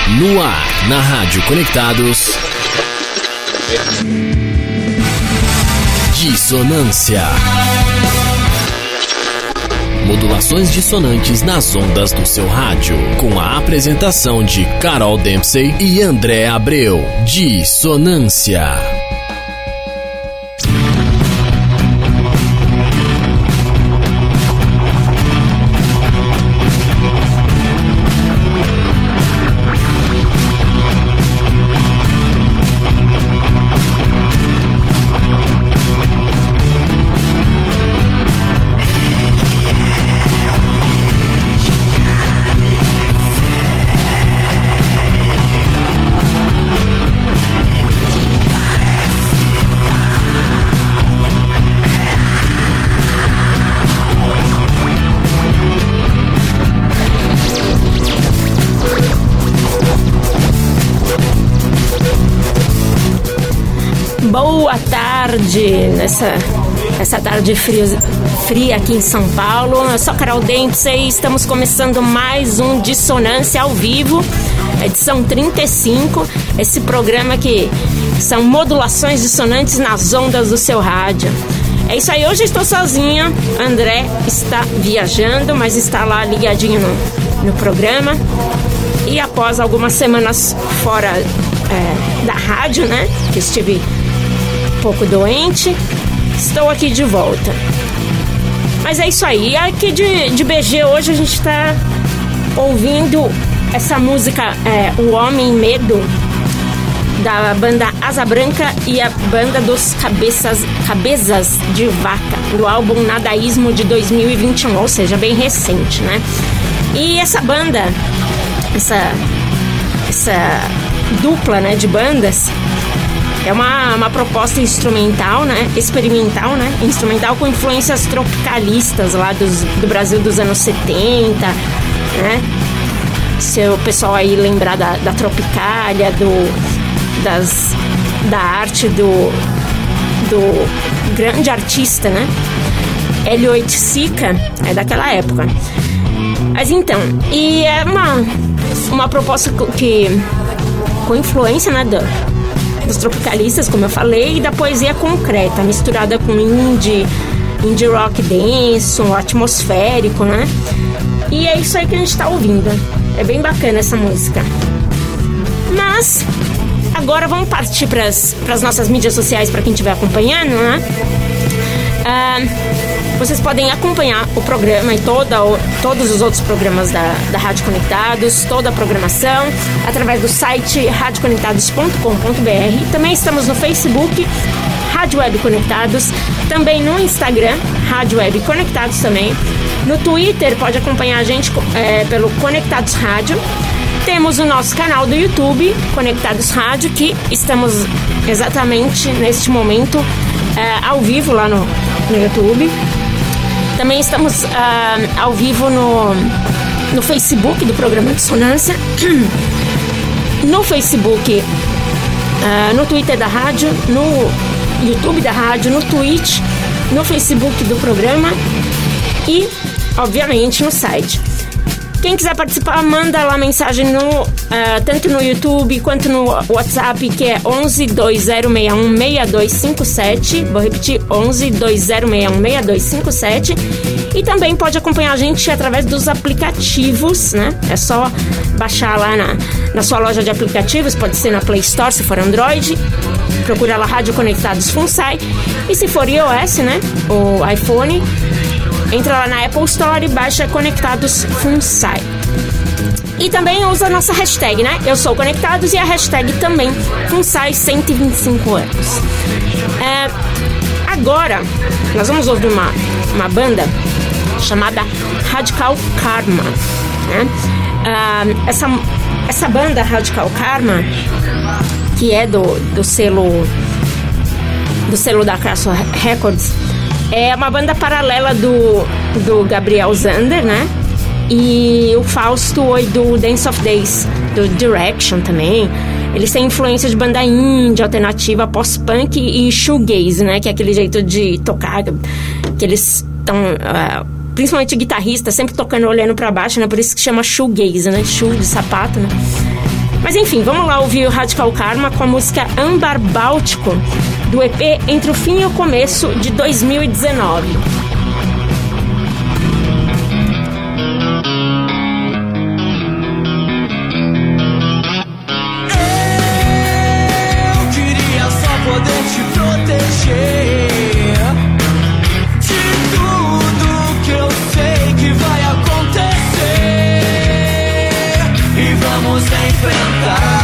No ar, na Rádio Conectados. Dissonância. Modulações dissonantes nas ondas do seu rádio. Com a apresentação de Carol Dempsey e André Abreu. Dissonância. Boa tarde, essa tarde fria aqui em São Paulo. Eu sou a Carol Dempsey e estamos começando mais um Dissonância ao vivo, edição 35. Esse programa que são modulações dissonantes nas ondas do seu rádio. É isso aí, hoje eu estou sozinha. André está viajando, mas está lá ligadinho no programa. E após algumas semanas fora da rádio, né, que estive um pouco doente, estou aqui de volta. Mas é isso aí. Aqui de BG hoje a gente está ouvindo essa música, O Homem Medo, da banda Asa Branca e a banda dos Cabeças de Vaca, do álbum Nadaísmo de 2021, ou seja, bem recente, né? E essa banda, essa dupla, né, de bandas, é uma proposta instrumental, né? Experimental, né? Instrumental com influências tropicalistas lá do Brasil dos anos 70, né? Se o pessoal aí lembrar da Tropicália, da arte do grande artista, né? Hélio Oiticica, é daquela época. Mas então, e é uma proposta com influência, né, dos tropicalistas, como eu falei, e da poesia concreta, misturada com indie rock denso, atmosférico, né? E é isso aí que a gente tá ouvindo. É bem bacana essa música. Mas agora vamos partir para as nossas mídias sociais, para quem estiver acompanhando, né? Vocês podem acompanhar o programa e todos os outros programas da Rádio Conectados, toda a programação, através do site radioconectados.com.br. Também estamos no Facebook, Rádio Web Conectados, também no Instagram, Rádio Web Conectados também. No Twitter, pode acompanhar a gente pelo Conectados Rádio. Temos o nosso canal do YouTube, Conectados Rádio, que estamos exatamente neste momento ao vivo lá no YouTube. Também estamos ao vivo no Facebook do programa Dissonância, no Facebook, no Twitter da rádio, no YouTube da rádio, no Twitch, no Facebook do programa e, obviamente, no site. Quem quiser participar, manda lá mensagem tanto no YouTube quanto no WhatsApp, que é 11 2061 6257. Vou repetir, 11 2061 6257. E também pode acompanhar a gente através dos aplicativos, né? É só baixar lá na sua loja de aplicativos, pode ser na Play Store se for Android. Procura lá Rádio Conectados FunSci. E se for iOS, né? O iPhone, entra lá na Apple Store e baixa Conectados FunSci. E também usa a nossa hashtag, né? Eu sou Conectados e a hashtag também FunSci 125 anos. Agora, nós vamos ouvir uma banda chamada Radical Karma, né? Essa banda Radical Karma, que é do selo da Crasso Records, é uma banda paralela do Gabriel Zander, né? E o Fausto e do Dance of Days, do Direction também. Eles têm influência de banda indie, alternativa, post-punk e shoegaze, né? Que é aquele jeito de tocar, que eles estão... principalmente guitarrista, sempre tocando olhando pra baixo, né? Por isso que chama shoegaze, né? Shoe de sapato, né? Mas enfim, vamos lá ouvir o Radical Karma com a música Âmbar Báltico, do EP Entre o Fim e o Começo, de 2019. Eu queria só poder te proteger de tudo que eu sei que vai acontecer, e vamos enfrentar.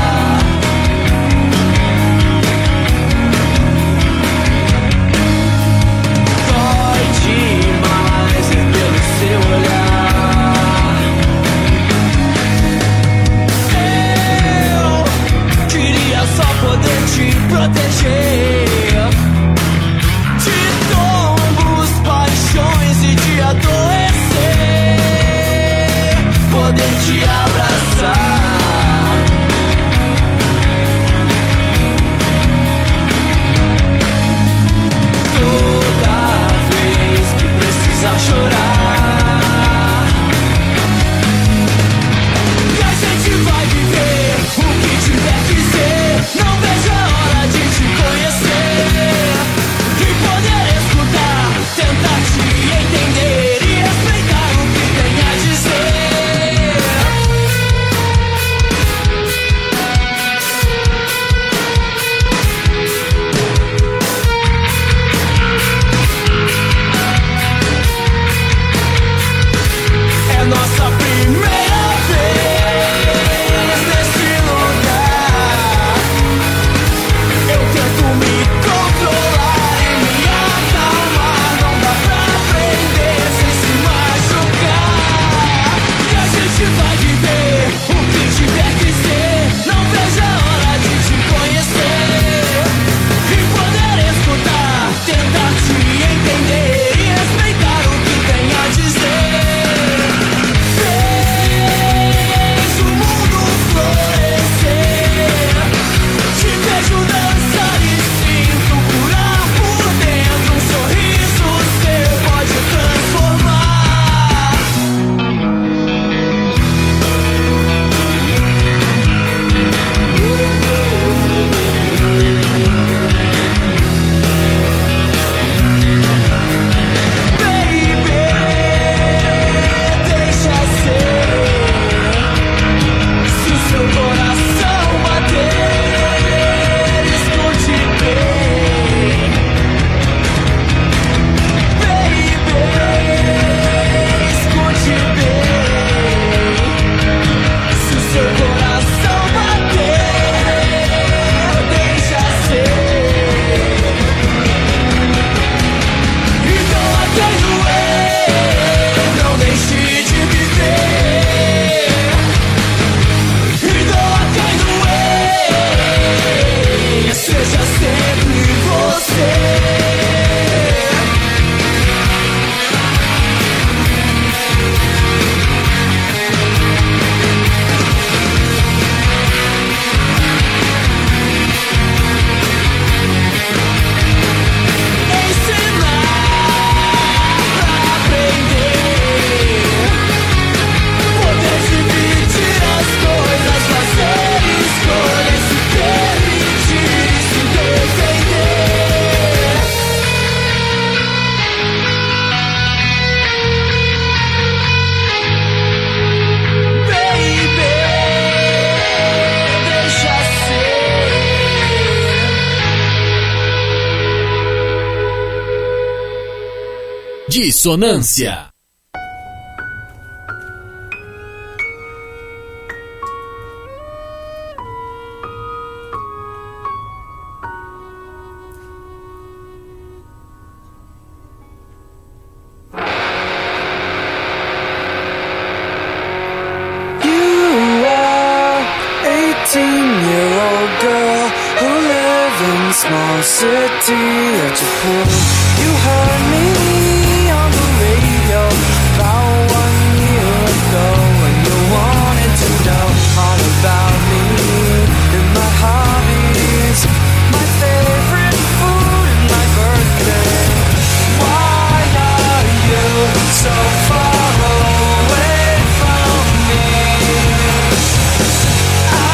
Dói demais pelo seu olhar. Eu queria só poder te proteger de tombos, paixões e de adoecer, poder te abraçar. Toda vez que precisar chorar, e a gente vai viver o que tiver que ser. Não vejo a hora de te conhecer e poder escutar, tentar te entender e respeitar o que tem a dizer. É nossa primeira vez nesse lugar. Eu tento me controlar e me acalmar. Não dá pra aprender sem se machucar. E a gente vai viver o que tiver que ser. Não vejo a hora de te conhecer e poder escutar, tentar te entender e respeitar o que tem a dizer. Fez o mundo florescer. Te vejo dançar e sinto curar por dentro. Um sorriso seu pode transformar. Baby, deixa ser. Se o seu coração bater, escute bem. Baby, escute bem. Se o seu coração bater, deixa ser. E doa quem doer, não deixe de viver. E doa quem doer, seja sempre você. Ensinar pra aprender, poder dividir as coisas, fazer escolhas, se permitir, se defender. Baby, deixa ser. Dissonância. You are 18-year-old girl who live in small city of Japan. You heard me on the radio about 1 year ago, and you wanted to know all about me and my hobbies, my favorite food and my birthday. Why are you so far away from me? I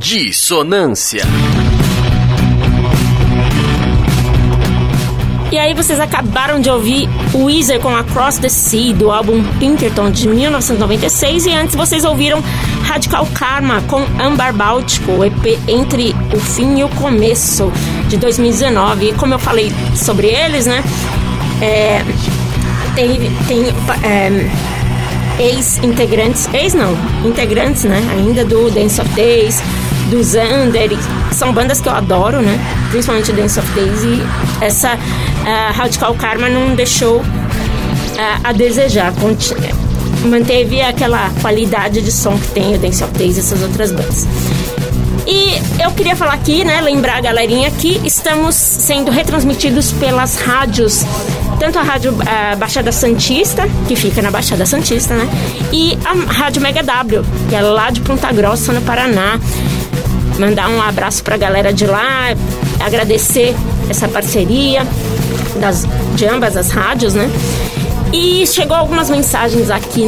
Dissonância. E aí vocês acabaram de ouvir Weezer com Across the Sea, do álbum Pinkerton, de 1996. E antes vocês ouviram Radical Karma com Âmbar Báltico, o EP Entre o Fim e o Começo, de 2019. E como eu falei sobre eles, né, tem integrantes, né, ainda do Dance of Days, do Xander, são bandas que eu adoro, né, principalmente Dance of Days, e essa Radical Karma não deixou a desejar, manteve aquela qualidade de som que tem o Dance of Days e essas outras bandas. E eu queria falar aqui, né, lembrar a galerinha que estamos sendo retransmitidos pelas rádios, tanto a rádio Baixada Santista, que fica na Baixada Santista, né, e a rádio Mega W, que é lá de Ponta Grossa, no Paraná. Mandar um abraço pra galera de lá, agradecer essa parceria de ambas as rádios, né. E chegou algumas mensagens aqui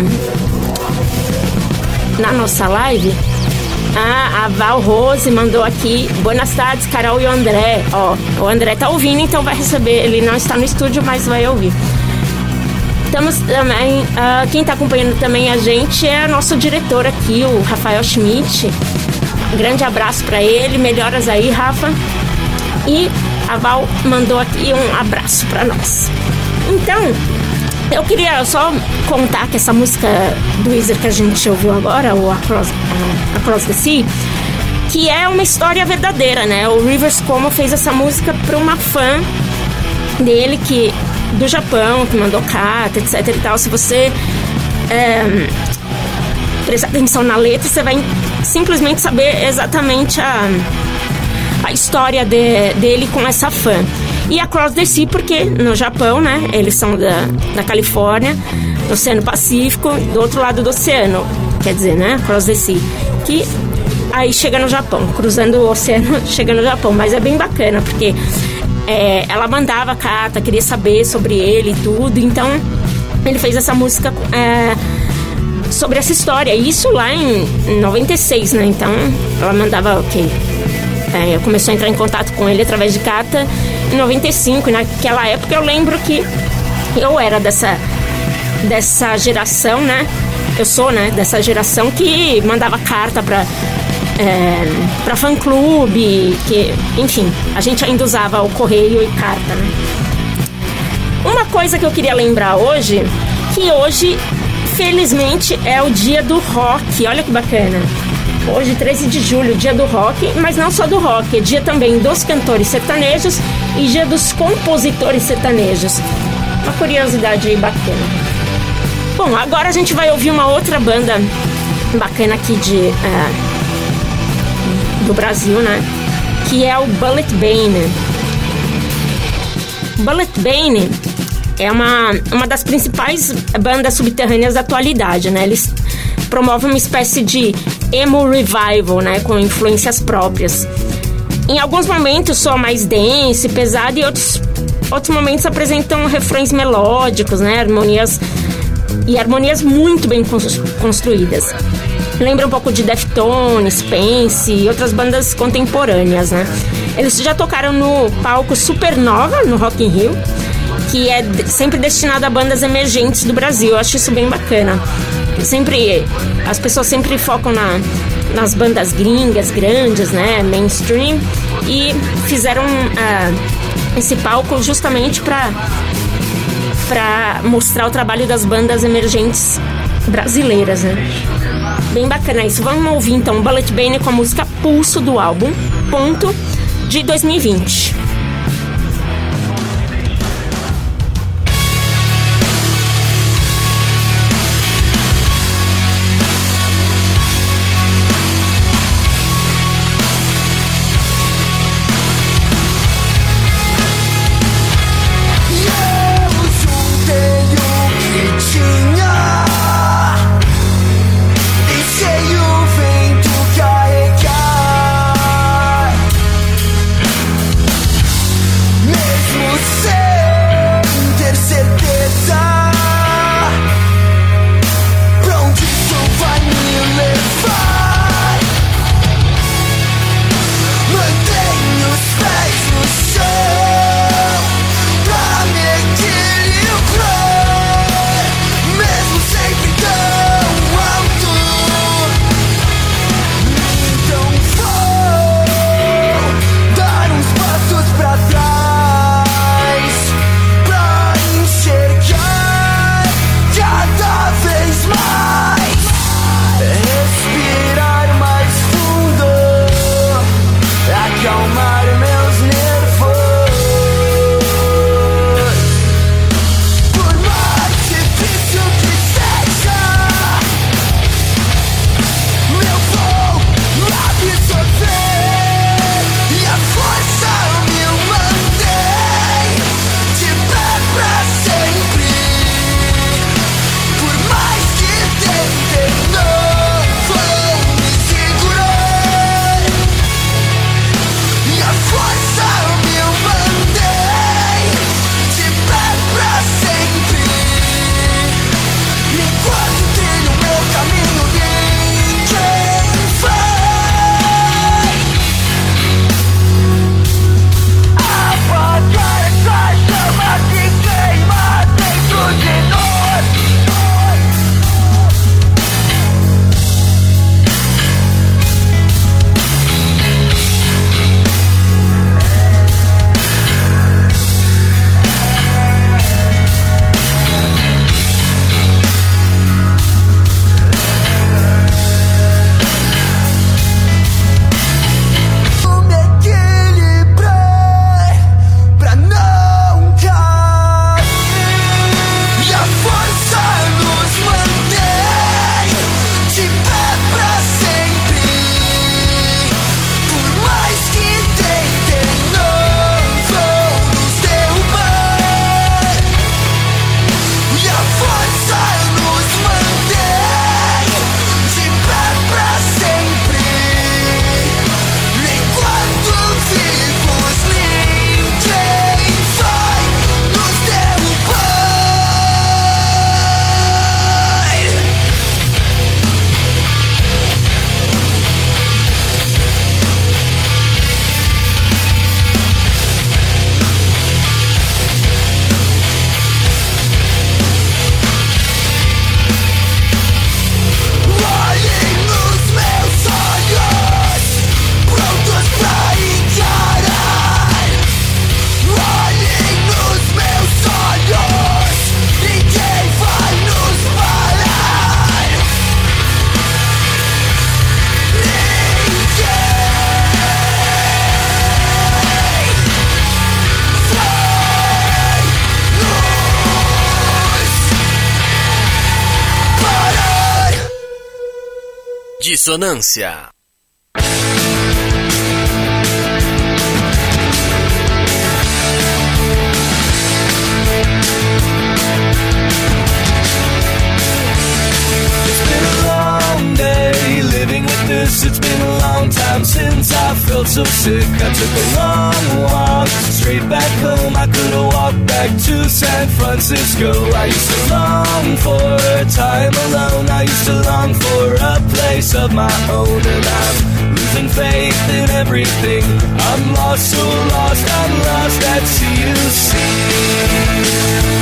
na nossa live. A Val Rose mandou aqui: Buenas tardes, Carol e o André. Ó, o André tá ouvindo, então vai receber. Ele não está no estúdio, mas vai ouvir. Estamos também, quem tá acompanhando também a gente é nosso diretor aqui, o Rafael Schmidt. Grande abraço para ele, melhoras aí, Rafa. E a Val mandou aqui um abraço para nós. Então, eu queria só contar que essa música do Weezer que a gente ouviu agora, o Across the Sea, que é uma história verdadeira, né? O Rivers Cuomo fez essa música para uma fã dele do Japão, que mandou carta, etc e tal. Se você prestar atenção na letra, você vai simplesmente saber exatamente a história dele com essa fã. E Across the Sea porque no Japão, né, eles são da Califórnia, do Oceano Pacífico, do outro lado do oceano, quer dizer, né, Across the Sea, que aí chega no Japão, cruzando o oceano, chega no Japão. Mas é bem bacana, porque ela mandava carta, queria saber sobre ele e tudo, então ele fez essa música sobre essa história, isso lá em 96, né, então ela mandava, começou a entrar em contato com ele através de carta em 95, e naquela época eu lembro que eu era dessa geração, né? Eu sou, né, dessa geração que mandava carta pra fã-clube, que, enfim, a gente ainda usava o correio e carta, né? Uma coisa que eu queria lembrar hoje, que hoje, felizmente, é o dia do rock, olha que bacana. Hoje, 13 de julho, dia do rock, mas não só do rock, é dia também dos cantores sertanejos e dia dos compositores sertanejos. Uma curiosidade aí bacana. Bom, agora a gente vai ouvir uma outra banda bacana aqui do Brasil, né? Que é o Bullet Bane. Bullet Bane é uma das principais bandas subterrâneas da atualidade, né? Eles promovem uma espécie de emo revival, né? Com influências próprias. Em alguns momentos soa mais denso e pesado, e outros momentos apresentam refrões melódicos, né? Harmonias muito bem construídas. Lembra um pouco de Deftones, Pence e outras bandas contemporâneas, né? Eles já tocaram no palco Supernova, no Rock in Rio, que é sempre destinado a bandas emergentes do Brasil. Eu acho isso bem bacana. As pessoas sempre focam nas bandas gringas, grandes, né, mainstream, e fizeram esse palco justamente para mostrar o trabalho das bandas emergentes brasileiras, né? Bem bacana isso. Vamos ouvir então Bullet Bane com a música Pulso do álbum Ponto, de 2020. Vento carregar Dissonância. It's been a long time since I felt so sick. I took a long walk straight back home. I could have walked back to San Francisco. I used to long for time alone. I used to long for a place of my own. And I'm losing faith in everything. I'm lost, so lost, I'm lost at sea, you see.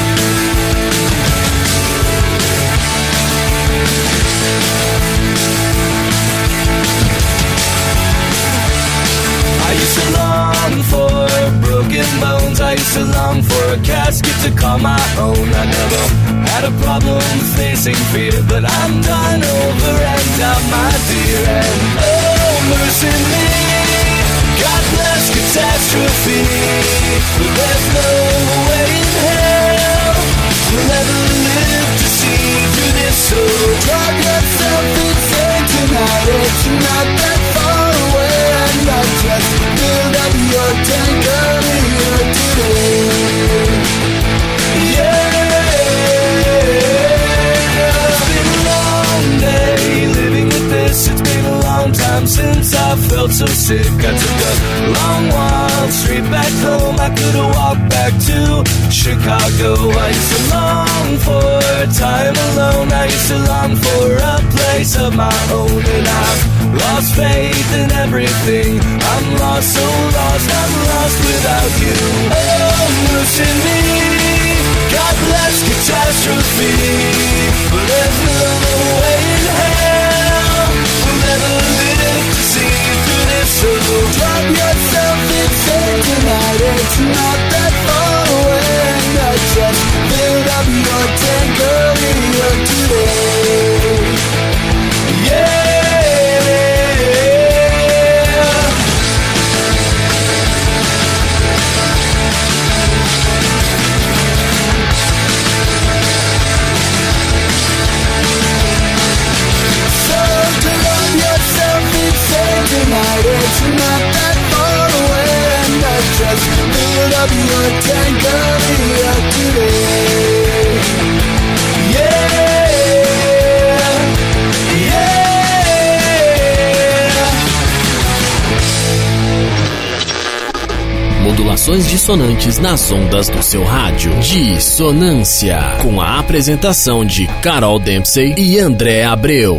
I used to long for broken bones. I used to long for a casket to call my own. I never had a problem facing fear, but I'm done over and out, my dear. And oh, mercy me, God bless catastrophe. But there's no way in hell we'll ever live to see through this. So drop yourself insane tonight. It's not that far away. And I just build up your tank earlier today. Yeah, it's been a long day living with this. It's been a long time since I felt so sick. I took a long walk straight back home. I could have walked back to Chicago. I used to long for time alone. I used to long for a place of my own. And I've lost faith in everything. I'm lost, so lost, I'm lost without you. Oh, mercy me, God bless catastrophe. But there's no way in hell we'll ever live to see through this. So drop yourself insane tonight. It's not that far away. And I just filled up your tank earlier today. Yeah. Tonight it's not that far away. And I just filled up your tank earlier today. Yeah, yeah. Modulações dissonantes nas ondas do seu rádio. Dissonância, com a apresentação de Carol Dempsey e André Abreu.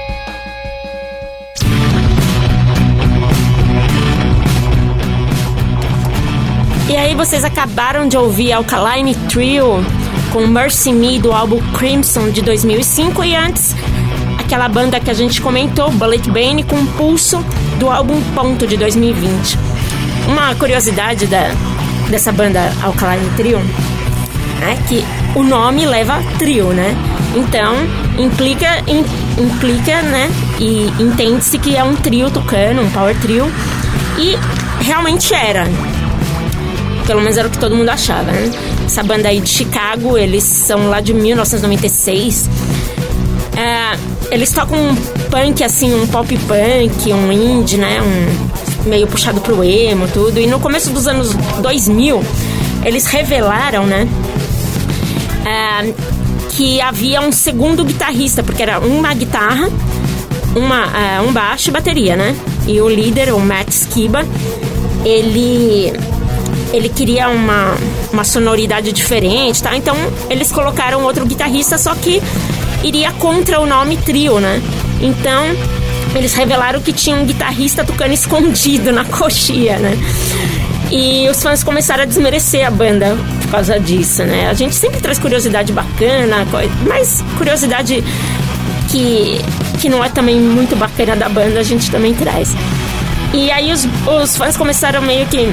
E aí vocês acabaram de ouvir Alkaline Trio com Mercy Me do álbum Crimson de 2005 e antes aquela banda que a gente comentou, Bullet Bane, com Pulso do álbum Ponto de 2020. Uma curiosidade dessa banda Alkaline Trio é que o nome leva trio, né? Então implica, né? E entende-se que é um trio tocando, um power trio, e realmente era. Pelo menos era o que todo mundo achava, né? Essa banda aí de Chicago, eles são lá de 1996. Eles tocam um punk, assim, um pop punk, um indie, né? Um meio puxado pro emo, tudo. E no começo dos anos 2000, eles revelaram, né? Que havia um segundo guitarrista, porque era uma guitarra, um baixo e bateria, né? E o líder, o Matt Skiba, ele queria uma sonoridade diferente, tá? Então eles colocaram outro guitarrista, só que iria contra o nome trio, né? Então eles revelaram que tinha um guitarrista tocando escondido na coxia, né? E os fãs começaram a desmerecer a banda por causa disso, né? A gente sempre traz curiosidade bacana, mas curiosidade que não é também muito bacana da banda, a gente também traz. E aí os fãs começaram meio que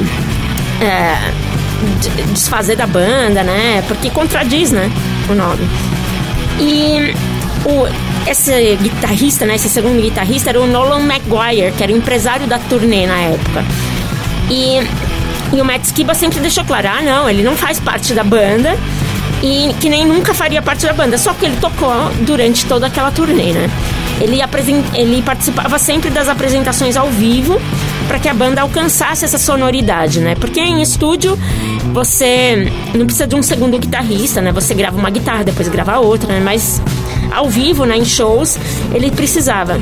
desfazer da banda, né? Porque contradiz, né? O nome. E esse guitarrista, né? Esse segundo guitarrista era o Nolan Maguire, que era o empresário da turnê na época. E o Matt Skiba sempre deixou claro, não, ele não faz parte da banda e que nem nunca faria parte da banda, só que ele tocou durante toda aquela turnê, né? ele participava sempre das apresentações ao vivo para que a banda alcançasse essa sonoridade, né? Porque em estúdio você não precisa de um segundo guitarrista, né? Você grava uma guitarra, depois grava outra, né? Mas ao vivo, né, em shows, ele precisava.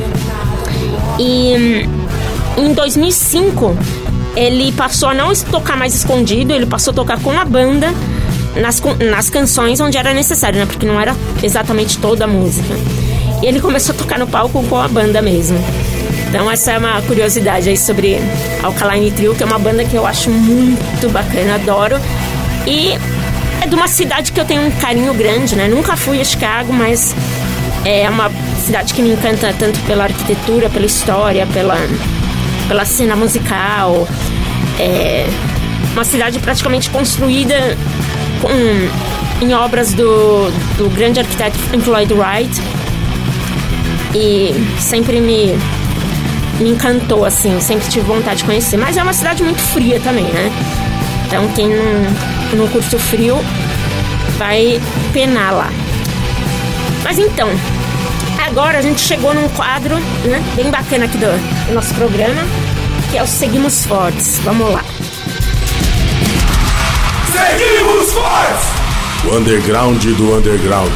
E em 2005, ele passou a não tocar mais escondido, ele passou a tocar com a banda nas canções onde era necessário, né? Porque não era exatamente toda a música. E ele começou a tocar no palco com a banda mesmo. Então essa é uma curiosidade aí sobre Alkaline Trio, que é uma banda que eu acho muito bacana, adoro. E é de uma cidade que eu tenho um carinho grande, né? Nunca fui a Chicago, mas é uma cidade que me encanta tanto pela arquitetura, pela história, pela cena musical. É uma cidade praticamente construída em obras do grande arquiteto Lloyd Wright. E sempre me encantou, assim, sempre tive vontade de conhecer. Mas é uma cidade muito fria também, né? Então quem não curte o frio vai penar lá. Mas então, agora a gente chegou num quadro, né, bem bacana aqui do nosso programa, que é o Seguimos Fortes. Vamos lá. Seguimos Fortes! O underground do underground.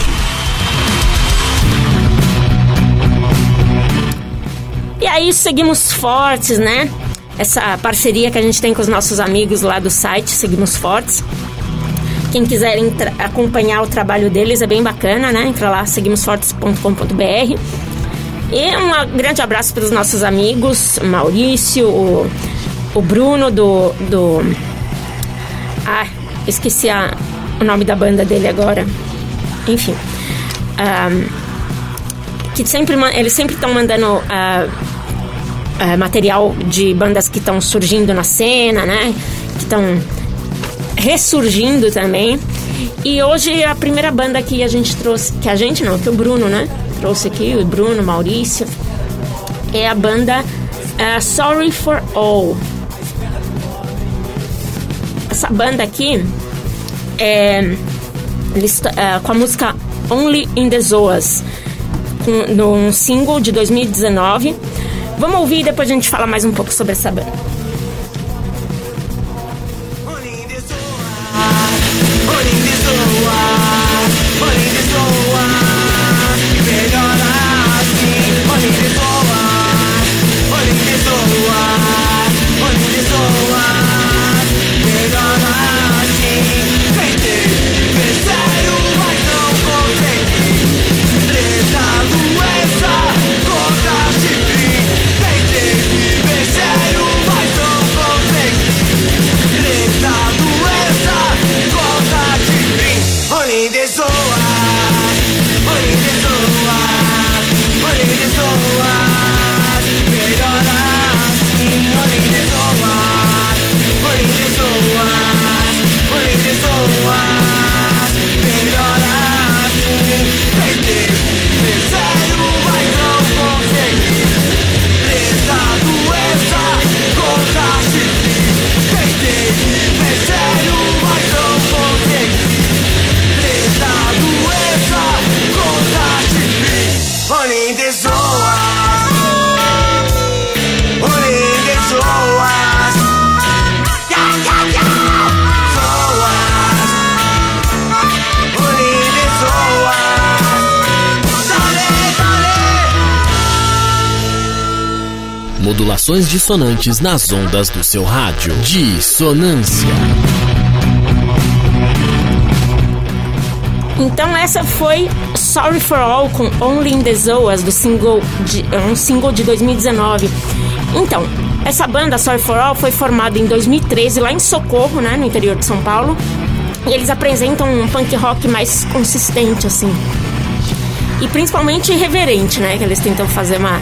E aí, Seguimos Fortes, né? Essa parceria que a gente tem com os nossos amigos lá do site Seguimos Fortes. Quem quiser acompanhar o trabalho deles é bem bacana, né? Entra lá, seguimosfortes.com.br. E um grande abraço para os nossos amigos, Maurício, o Bruno esqueci o nome da banda dele agora. Enfim. Que eles sempre estão mandando material de bandas que estão surgindo na cena, né? Que estão ressurgindo também. E hoje a primeira banda que a gente trouxe, que o Bruno, né? Trouxe aqui, o Bruno, o Maurício, é a banda Sorry for All. Essa banda aqui com a música Only in the Zoas, num single de 2019. Vamos ouvir e depois a gente fala mais um pouco sobre essa banda. Modulações dissonantes nas ondas do seu rádio. Dissonância. Então essa foi Sorry for All com Only in the Zoas, um single de 2019. Então, essa banda Sorry for All foi formada em 2013 lá em Socorro, né, no interior de São Paulo. E eles apresentam um punk rock mais consistente, assim. E principalmente irreverente, né, que eles tentam fazer uma...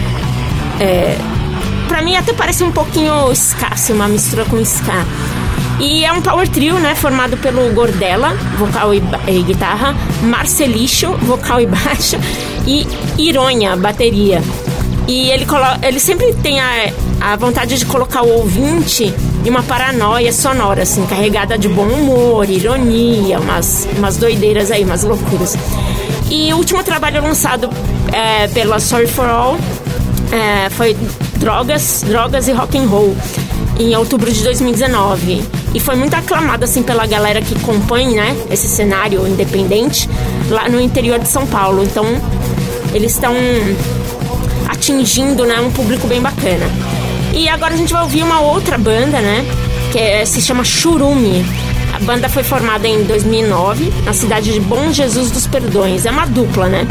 pra mim até parece um pouquinho ska, assim, uma mistura com ska. E é um power trio, né, formado pelo Gordela, vocal e guitarra, Marcelixo, vocal e baixo, e Ironha, bateria. E ele sempre tem a vontade de colocar o ouvinte em uma paranoia sonora, assim, carregada de bom humor, ironia, umas doideiras aí, umas loucuras. E o último trabalho lançado pela Sorry for All foi Drogas e Rock and Roll, em outubro de 2019. E foi muito aclamado, assim, pela galera que compõe, né, esse cenário independente lá no interior de São Paulo. Então, eles estão atingindo, né, um público bem bacana. E agora a gente vai ouvir uma outra banda, né, que se chama Churume. A banda foi formada em 2009 na cidade de Bom Jesus dos Perdões. É uma dupla, né?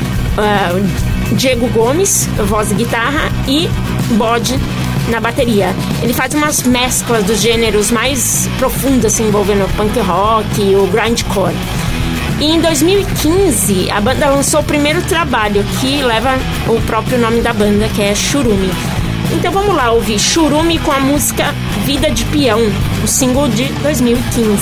Diego Gomes, voz e guitarra, e Bode na bateria. Ele faz umas mesclas dos gêneros mais profundos, assim, envolvendo o punk rock e o grindcore. E em 2015, a banda lançou o primeiro trabalho, que leva o próprio nome da banda, que é Churume. Então vamos lá ouvir Churume com a música Vida de Peão, o single de 2015.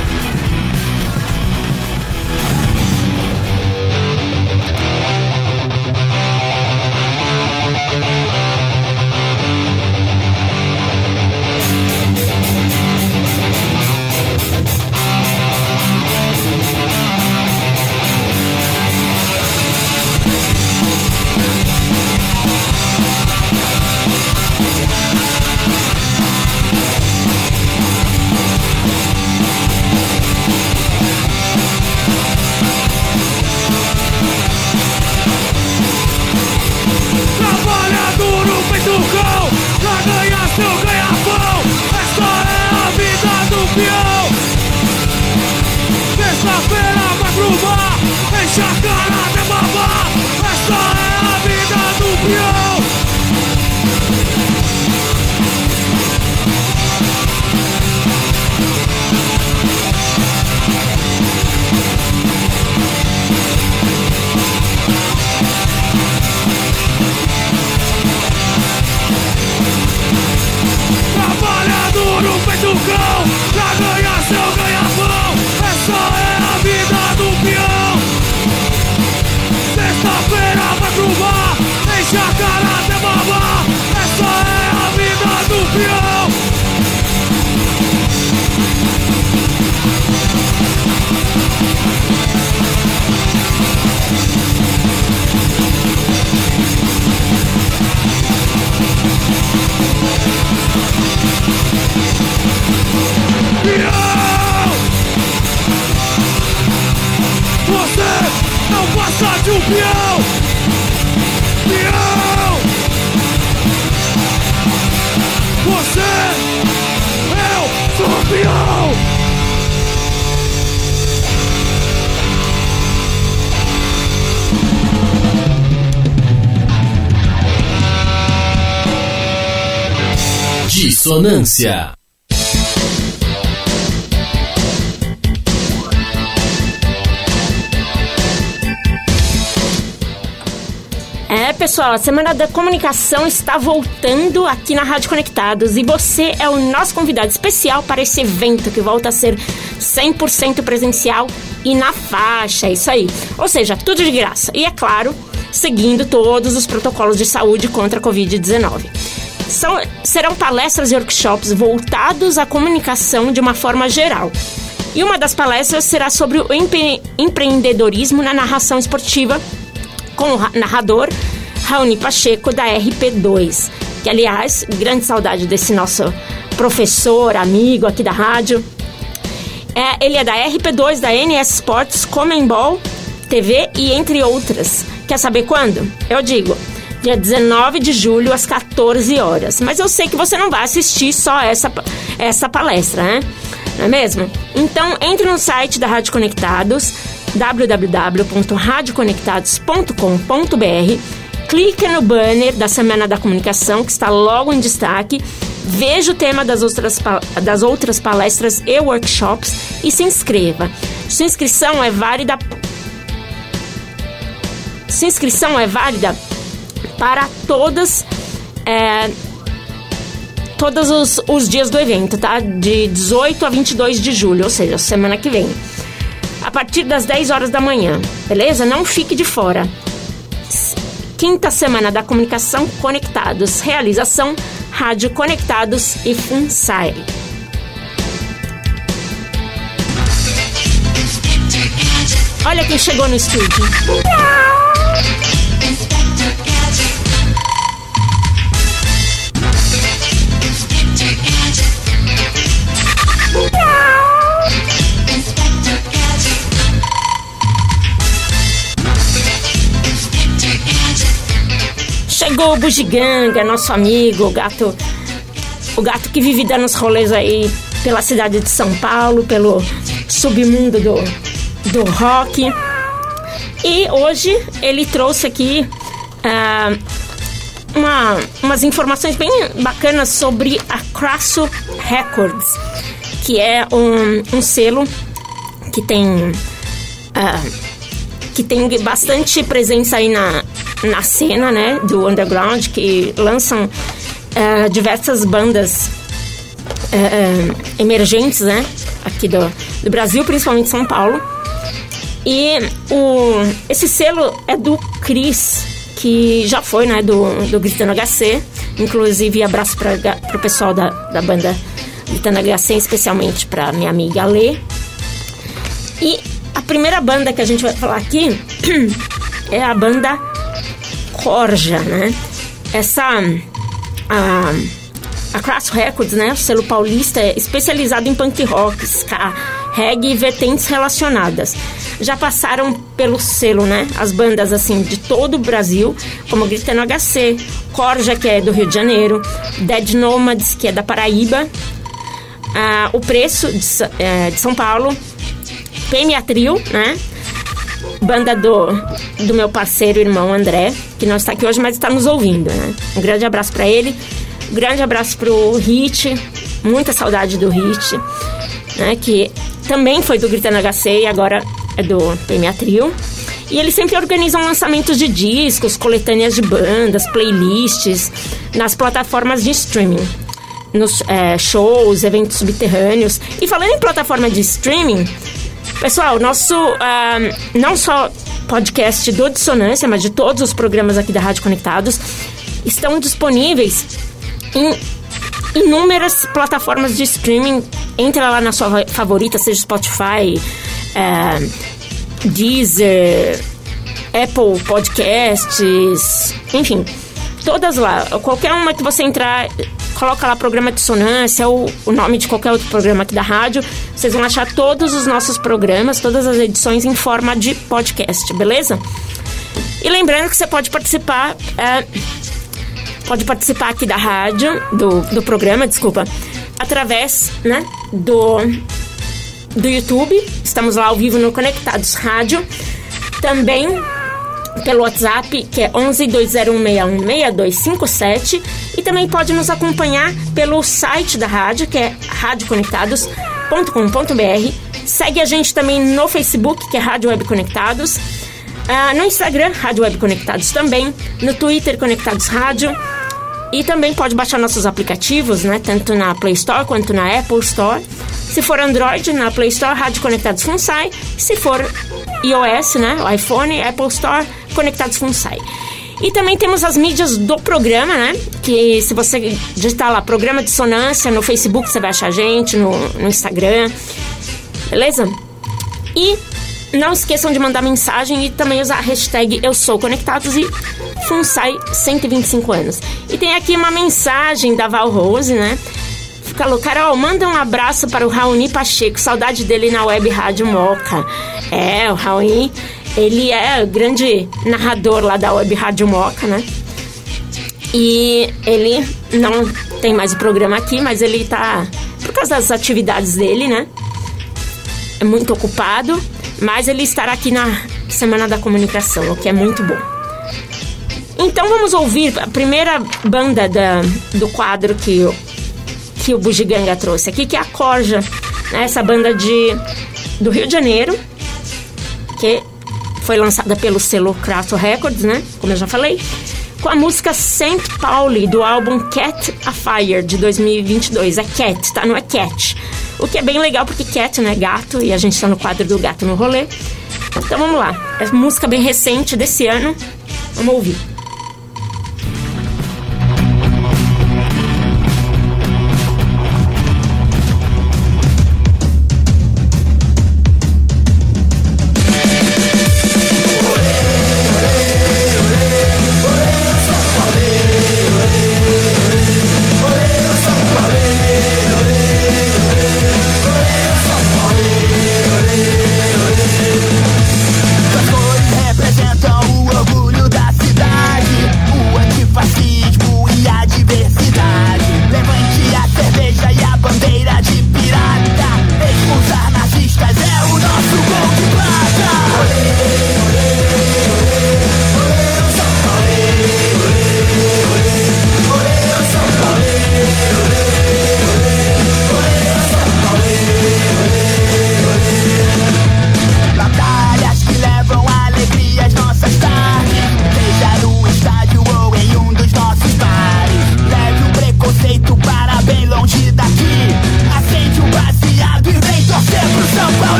Dissonância. Pessoal, a Semana da Comunicação está voltando aqui na Rádio Conectados e você é o nosso convidado especial para esse evento que volta a ser 100% presencial e na faixa, isso aí. Ou seja, tudo de graça e, é claro, seguindo todos os protocolos de saúde contra a Covid-19. Serão palestras e workshops voltados à comunicação de uma forma geral. E uma das palestras será sobre o empreendedorismo na narração esportiva, com o narrador Raoni Pacheco, da RP2, que, aliás, grande saudade desse nosso professor, amigo aqui da rádio. Ele é da RP2, da NS Sports, Comembol TV e entre outras. Quer saber quando? Eu digo, dia 19 de julho, às 14 horas. Mas eu sei que você não vai assistir só essa palestra, né? Não é mesmo? Então, entre no site da Rádio Conectados, www.radioconectados.com.br, clique no banner da Semana da Comunicação, que está logo em destaque, veja o tema das outras palestras e workshops e se inscreva. Sua inscrição é válida para todos os dias do evento, tá? De 18 a 22 de julho, ou seja, semana que vem, a partir das 10 horas da manhã, beleza? Não fique de fora. 5ª Semana da Comunicação Conectados. Realização Rádio Conectados e FUNSAI. Olha quem chegou no estúdio. Chegou o Bugiganga, nosso amigo, o gato que vive dando os rolês aí pela cidade de São Paulo, pelo submundo do rock. E hoje ele trouxe aqui umas informações bem bacanas sobre a Crasso Records, que é um selo que tem bastante presença aí na cena, né, do underground, que lançam diversas bandas emergentes, né, aqui do Brasil, principalmente São Paulo. E esse selo é do Cris, que já foi, né, do Gritando HC. Inclusive, abraço pro pessoal da banda Gritando HC, especialmente pra minha amiga Lê. E a primeira banda que a gente vai falar aqui é a banda Corja, né? A Crasso Records, né? O selo paulista é especializado em punk rock, ska, reggae e vertentes relacionadas. Já passaram pelo selo, né? As bandas, assim, de todo o Brasil, como Gritando HC, Corja, que é do Rio de Janeiro, Dead Nomads, que é da Paraíba, O Preço, de São Paulo, PMA Trio, né? Banda do meu parceiro e irmão André, que não está aqui hoje, mas está nos ouvindo, né? Um grande abraço para ele. Um grande abraço pro Hit, muita saudade do Hit, né? Que também foi do Gritando HC e agora é do PMA Trio. E eles sempre organizam lançamentos de discos, coletâneas de bandas, playlists nas plataformas de streaming, nos shows, eventos subterrâneos. E falando em plataforma de streaming, pessoal, nosso não só podcast do Dissonância, mas de todos os programas aqui da Rádio Conectados estão disponíveis em inúmeras plataformas de streaming. Entra lá na sua favorita, seja Spotify, Deezer, Apple Podcasts, enfim, todas lá. Qualquer uma que você entrar, coloca lá programa Dissonância ou o nome de qualquer outro programa aqui da rádio, vocês vão achar todos os nossos programas, todas as edições em forma de podcast, beleza? E lembrando que você pode participar aqui da rádio, do programa, através, né, do YouTube. Estamos lá ao vivo no Conectados Rádio. Também pelo WhatsApp, que é 11-2061-6257. E também pode nos acompanhar pelo site da rádio, que é radioconectados.com.br. Segue a gente também no Facebook, que é Rádio Web Conectados. No Instagram, Rádio Web Conectados também. No Twitter, Conectados Rádio. E também pode baixar nossos aplicativos, né? Tanto na Play Store quanto na Apple Store. Se for Android, na Play Store, Rádio Conectados FUNSAI. Se for iOS, né? O iPhone, Apple Store, Conectados FUNSAI. E também temos as mídias do programa, né? Que se você digitar lá, Programa Dissonância, no Facebook você vai achar a gente, no Instagram. Beleza? E não esqueçam de mandar mensagem e também usar a hashtag Eu Sou Conectados e FUNSAI 125 anos. E tem aqui uma mensagem da Val Rose, né? Falou: Carol, manda um abraço para o Raoni Pacheco, saudade dele na Web Rádio Moca. O Raoni, ele é o grande narrador lá da Web Rádio Moca, né? E ele não tem mais o programa aqui, mas ele tá, por causa das atividades dele, né? É muito ocupado, mas ele estará aqui na Semana da Comunicação, o que é muito bom. Então vamos ouvir a primeira banda do quadro que o Bugiganga trouxe aqui, que é a Corja, né? Essa banda do Rio de Janeiro, que foi lançada pelo selo Crasso Records, né? Como eu já falei, com a música St. Pauli, do álbum Cat Afire, de 2022. É Cat, tá? Não é Cat. O que é bem legal, porque Cat, né? Gato, e a gente tá no quadro do Gato no Rolê. Então vamos lá. É música bem recente desse ano. Vamos ouvir.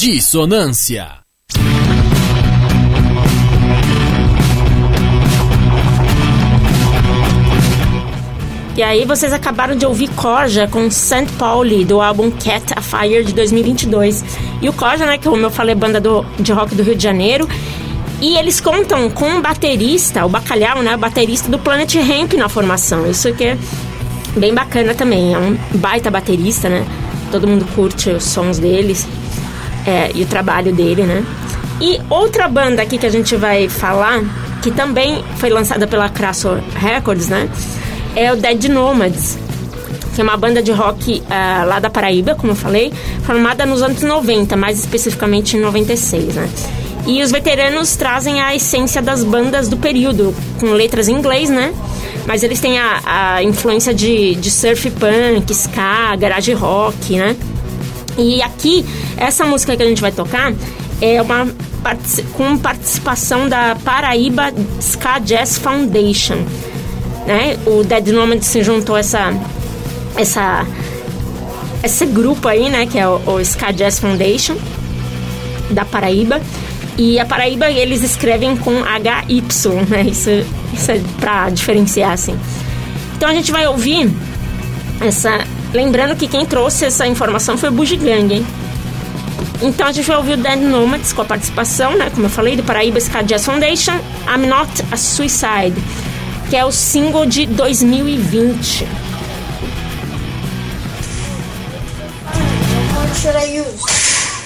Dissonância. E aí vocês acabaram de ouvir Korja com St. Pauli, do álbum Cat a Fire de 2022. E o Korja, né, que como eu falei, banda de rock do Rio de Janeiro. E eles contam com um baterista, o Bacalhau, né, o baterista do Planet Hemp na formação. Isso que é bem bacana também, é um baita baterista, né? Todo mundo curte os sons deles e o trabalho dele, né? E outra banda aqui que a gente vai falar, que também foi lançada pela Crasso Records, né? É o Dead Nomads, que é uma banda de rock lá da Paraíba, como eu falei, formada nos anos 90, mais especificamente em 96, né? E os veteranos trazem a essência das bandas do período, com letras em inglês, né? Mas eles têm a influência de surf punk, ska, garage rock, né? E aqui, essa música que a gente vai tocar é com participação da Paraíba Ska Jazz Foundation, né? O Dead Nomad se juntou a esse grupo aí, né? Que é o Ska Jazz Foundation da Paraíba. E a Paraíba eles escrevem com HY, né? Isso é pra diferenciar, assim. Então a gente vai ouvir lembrando que quem trouxe essa informação foi o Bugiganga, hein? Então a gente vai ouvir o Dead Nomads com a participação, né? Como eu falei, do Paraíba Ska Jazz Foundation, I'm Not a Suicide, que é o single de 2020. What should I use?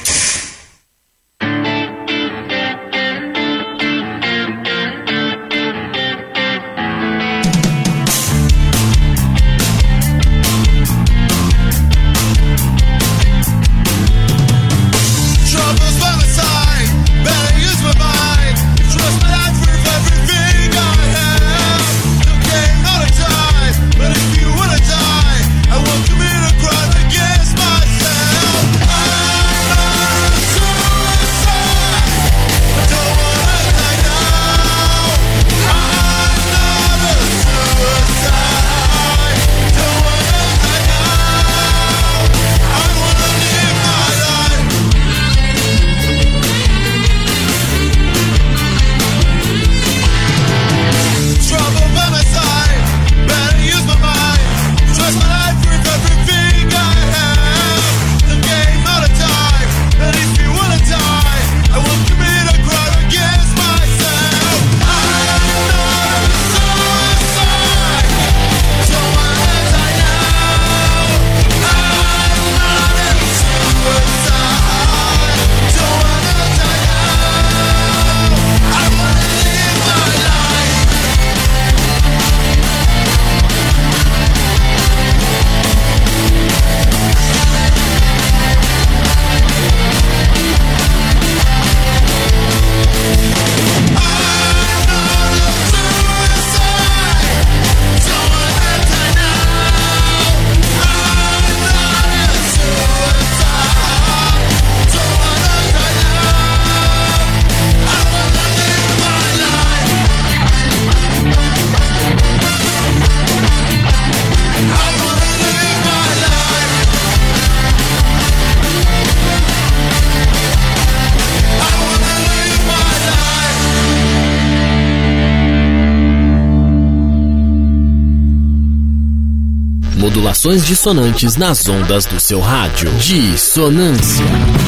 Modulações dissonantes nas ondas do seu rádio. Dissonância.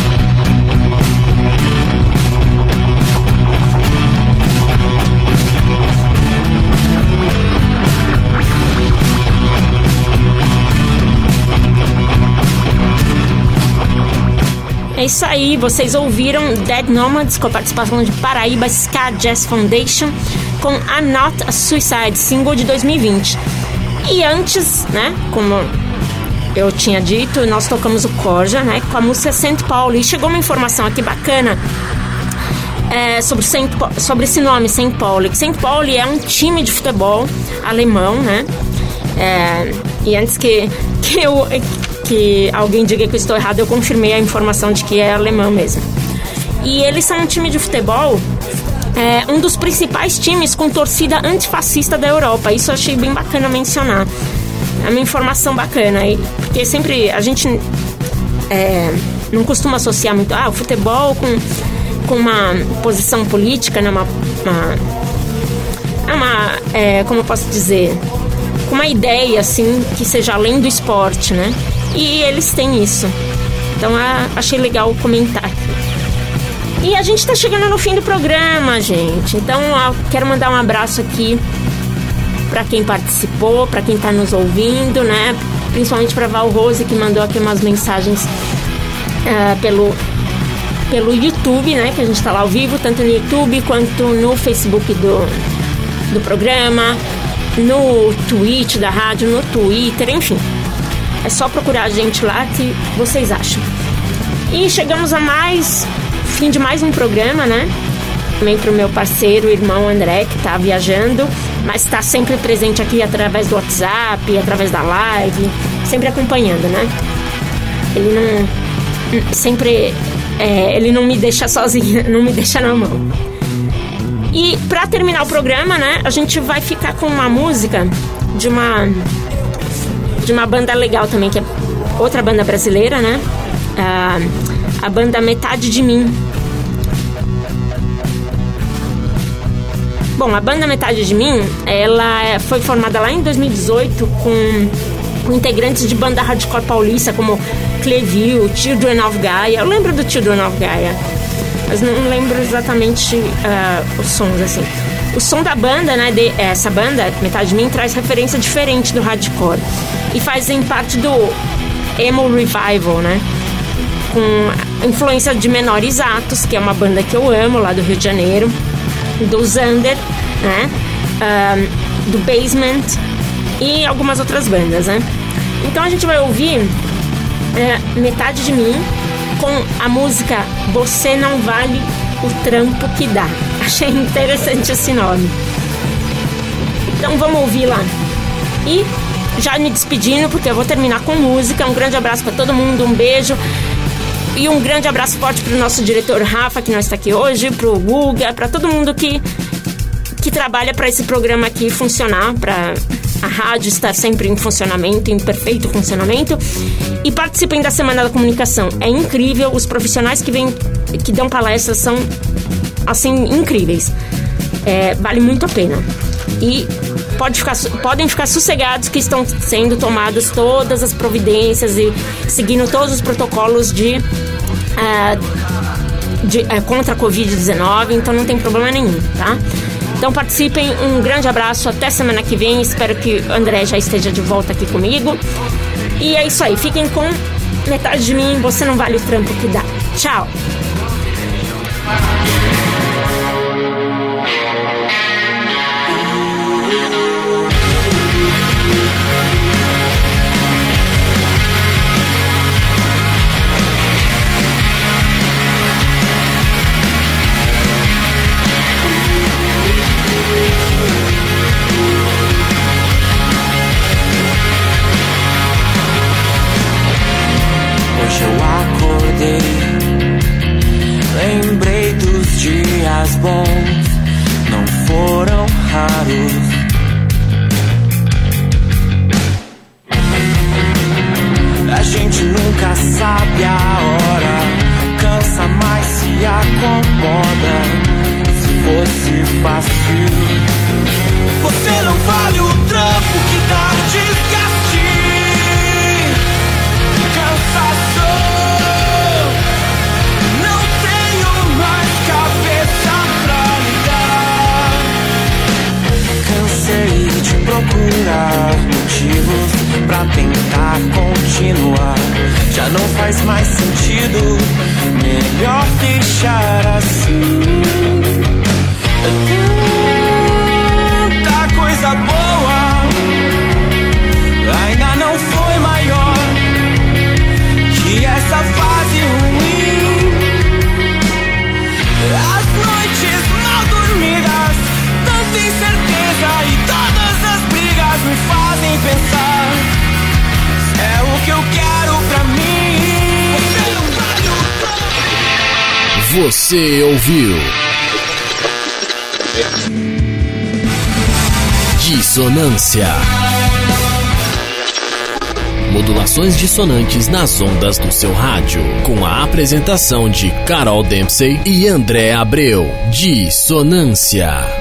É isso aí, vocês ouviram Dead Nomads com a participação de Paraíba Ska Jazz Foundation com I'm Not a Suicide, single de 2020. E antes, né, como eu tinha dito, nós tocamos o Korja, né, com a música St. Pauli. E chegou uma informação aqui bacana sobre esse nome, St. Pauli. St. Pauli é um time de futebol alemão, né? E antes que alguém diga que eu estou errado, eu confirmei a informação de que é alemão mesmo. E eles são um time de futebol, um dos principais times com torcida antifascista da Europa. Isso eu achei bem bacana mencionar. É uma informação bacana, porque sempre a gente não costumo associar muito o futebol com uma posição política, né? Como eu posso dizer, com uma ideia assim que seja além do esporte, né? E eles têm isso. Então achei legal comentar aqui. E a gente tá chegando no fim do programa, gente. Então quero mandar um abraço aqui para quem participou, para quem tá nos ouvindo, né? Principalmente para Val Rose, que mandou aqui umas mensagens pelo YouTube, né? Que a gente tá lá ao vivo, tanto no YouTube quanto no Facebook do programa, no Twitch da rádio, no Twitter, enfim. É só procurar a gente lá que vocês acham. E chegamos a fim de mais um programa, né? Também pro meu parceiro, irmão André, que tá viajando, mas tá sempre presente aqui através do WhatsApp, através da live, sempre acompanhando, né? Ele não me deixa sozinha, não me deixa na mão. E pra terminar o programa, né, a gente vai ficar com uma música de uma banda legal também, que é outra banda brasileira, né? A banda Metade de Mim. Bom, a banda Metade de Mim, ela foi formada lá em 2018 com integrantes de banda hardcore paulista como Cleville, Children of Gaia. Eu lembro do Children of Gaia, mas não lembro exatamente os sons, assim. O som da banda, né, essa banda, Metade de Mim, traz referência diferente do hardcore e fazem parte do Emo Revival, né, com influência de Menores Atos, que é uma banda que eu amo, lá do Rio de Janeiro, do Zander, né, do Basement e algumas outras bandas, né. Então a gente vai ouvir Metade de Mim com a música Você Não Vale o Trampo Que Dá. Achei interessante esse nome. Então vamos ouvir lá. E já me despedindo, porque eu vou terminar com música. Um grande abraço para todo mundo, um beijo. E um grande abraço forte pro nosso diretor Rafa, que não está aqui hoje, pro Guga, para todo mundo que trabalha para esse programa aqui funcionar, para a rádio estar sempre em funcionamento, em perfeito funcionamento. E participem da Semana da Comunicação. É incrível, os profissionais que dão palestras são, assim, incríveis. Vale muito a pena. E podem ficar sossegados que estão sendo tomadas todas as providências e seguindo todos os protocolos contra a Covid-19, então não tem problema nenhum, tá? Então participem, um grande abraço, até semana que vem, espero que o André já esteja de volta aqui comigo. E é isso aí, fiquem com Metade de Mim, Você Não Vale o Trampo Que Dá. Tchau! Hoje eu acordei, lembrei dos dias bons, não foram raros. A gente nunca sabe a hora, cansa mais se acomoda. Se fosse fácil, você não vale o trampo que dá desgaste, cansaço. Não tenho mais cabeça pra lidar. Cansei de procurar motivos pra tentar continuar. Já não faz mais sentido, melhor deixar assim. Tanta coisa boa ainda não foi maior que essa fase ruim. As noites mal dormidas, tanta incerteza e todas as brigas me fazem pensar. É o que eu quero pra mim. Você ouviu Dissonância. modulações dissonantes nas ondas do seu rádio, com a apresentação de Carol Dempsey e André Abreu. Dissonância.